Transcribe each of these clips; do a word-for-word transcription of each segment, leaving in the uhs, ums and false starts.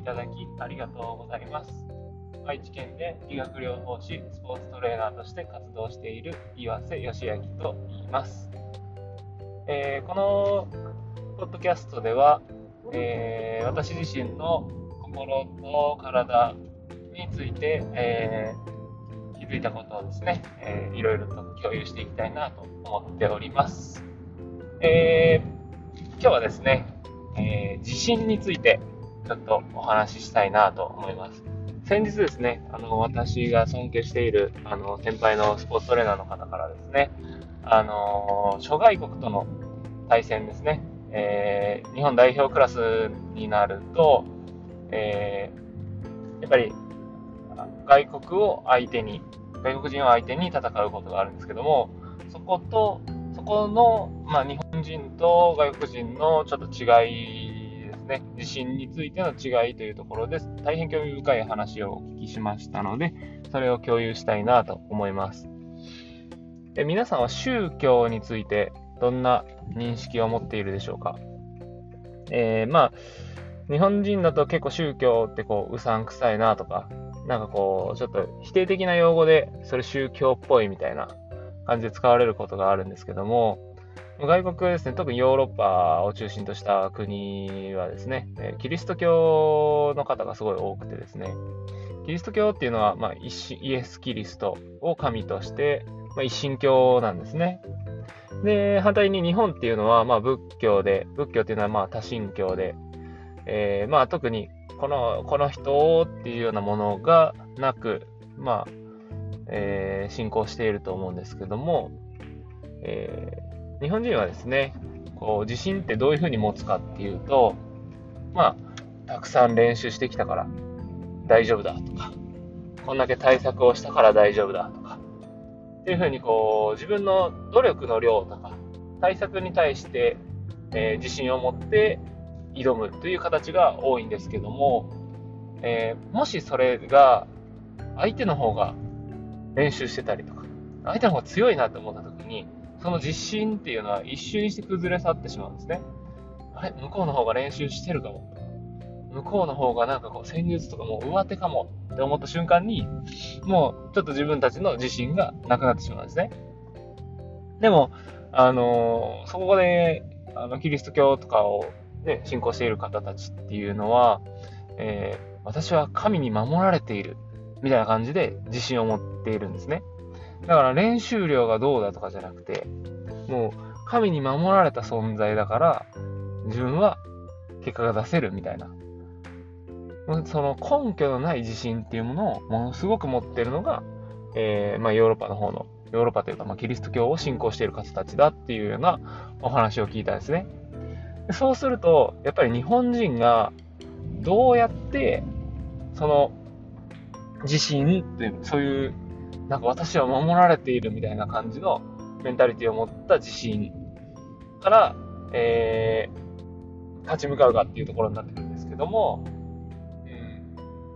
ただきありがとうございます。愛知県で理学療法士、スポーツトレーナーとして活動している岩瀬義明と言います。えー、このポッドキャストでは、えー、私自身の心と体について、えー、気づいたことをですね、えー、いろいろと共有していきたいなと思っております。えー、今日はですね、えー、自信についてちょっとお話ししたいなと思います。先日ですね、あの私が尊敬しているあの先輩のスポーツトレーナーの方からですね、あの諸外国との対戦ですね、えー、日本代表クラスになると、えー、やっぱり外国を相手に外国人を相手に戦うことがあるんですけども、そことそこの、まあ、日本人と外国人のちょっと違いですね、自信についての違いというところです。大変興味深い話をお聞きしましたので、それを共有したいなと思います。え皆さんは宗教についてどんな認識を持っているでしょうか。えー、まあ日本人だと結構宗教ってこううさんくさいなとか、なんかこうちょっと否定的な用語でそれ宗教っぽいみたいな感じで使われることがあるんですけども、外国ですね、特にヨーロッパを中心とした国はですね、キリスト教の方がすごい多くてですね、キリスト教っていうのは、まあ、イエス・キリストを神として、まあ、一神教なんですね。で、反対に日本っていうのは、まあ、仏教で、仏教っていうのはまあ多神教で、えー、まあ特にこの、この人っていうようなものがなく、まあ、えー、信仰していると思うんですけども、えー、日本人はですね、こう自信ってどういうふうに持つかっていうと、まあ、たくさん練習してきたから大丈夫だとか、こんだけ対策をしたから大丈夫だとか、っていうふうにこう自分の努力の量とか対策に対して、えー、自信を持って挑むという形が多いんですけども、えー、もしそれが相手の方が練習してたりとか、相手の方が強いなと思った時に、その自信っていうのは一瞬にして崩れ去ってしまうんですね。あれ、向こうの方が練習してるかも。向こうの方がなんかこう戦術とかもう上手かもって思った瞬間に、もうちょっと自分たちの自信がなくなってしまうんですね。でも、あのー、そこで、あのキリスト教とかを、ね、信仰している方たちっていうのは、えー、私は神に守られているみたいな感じで自信を持っているんですね。だから練習量がどうだとかじゃなくて、もう神に守られた存在だから自分は結果が出せるみたいな、その根拠のない自信っていうものをものすごく持っているのが、えーまあ、ヨーロッパの方のヨーロッパというか、まあ、キリスト教を信仰している方たちだっていうようなお話を聞いたんですね。そうするとやっぱり日本人がどうやってその自信っていう、そういうなんか私は守られているみたいな感じのメンタリティを持った自信から、えー、立ち向かうかっていうところになってくるんですけども、うん、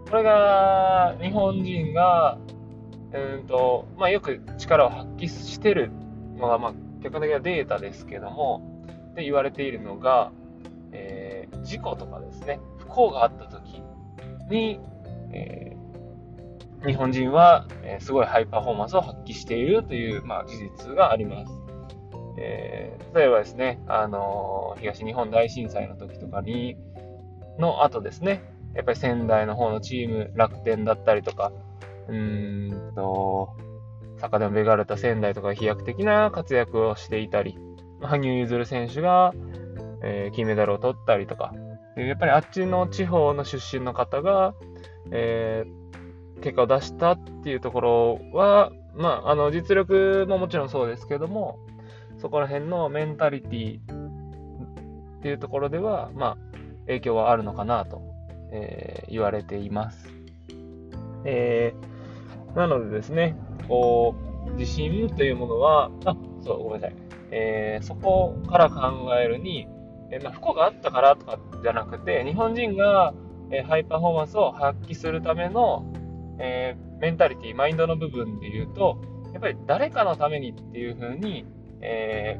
これが日本人が、うんとまあ、よく力を発揮してるのが、まあ、客観的なデータですけども、で言われているのが、えー、事故とかですね、不幸があった時に、えー、日本人は、えー、すごいハイパフォーマンスを発揮しているという、まあ、事実があります。えー、例えばですね、あのー、東日本大震災の時とかにの後ですね、やっぱり仙台の方のチーム、楽天だったりとか、うーんと坂でもベガルタ仙台とか飛躍的な活躍をしていたり、羽生結弦選手が、えー、金メダルを取ったりとか、やっぱりあっちの地方の出身の方が、えー、結果を出したっていうところは、まあ、あの実力ももちろんそうですけども、そこら辺のメンタリティっていうところでは、まあ、影響はあるのかなと、えー、言われています。えー、なのでですね、こう自信というものは、あ、そうごめんなさい、えー、そこから考えるに、えーまあ、不幸があったからとかじゃなくて、日本人が、えー、ハイパフォーマンスを発揮するための、えー、メンタリティ、マインドの部分で言うと、やっぱり誰かのためにっていう風に、え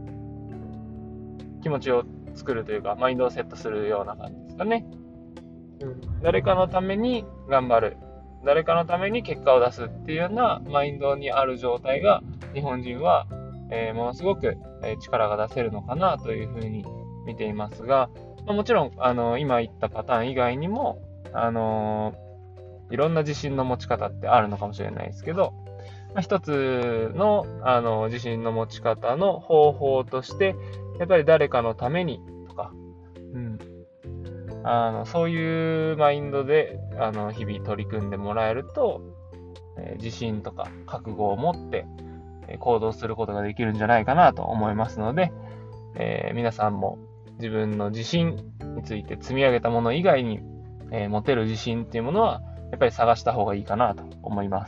ー、気持ちを作るというか、マインドをセットするような感じですかね。 うん、誰かのために頑張る、誰かのために結果を出すっていうようなマインドにある状態が日本人は、えー、ものすごく力が出せるのかなというふうに見ていますが、まあ、もちろんあの今言ったパターン以外にも、あのー、いろんな自信の持ち方ってあるのかもしれないですけど、まあ、一つの、あの自信の持ち方の方法としてやっぱり誰かのためにとか、うん、あのそういうマインドであの日々取り組んでもらえると、えー、自信とか覚悟を持って行動することができるんじゃないかなと思いますので、えー、皆さんも自分の自信について積み上げたもの以外に、えー、持てる自信っていうものはやっぱり探した方がいいかなと思います。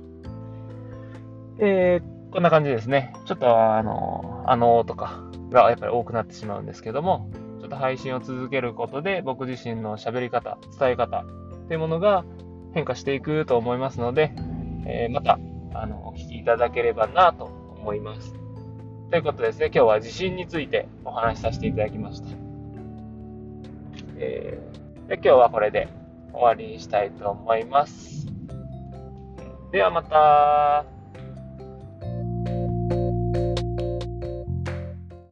えー、こんな感じですね。ちょっとあの、あのーとかがやっぱり多くなってしまうんですけども、ちょっと配信を続けることで僕自身の喋り方、伝え方っていうものが変化していくと思いますので、えー、またあのお聞きいただければなと思います。ということでですね、今日は自信についてお話しさせていただきました。えー、で今日はこれで終わりにしたいと思います。ではまた。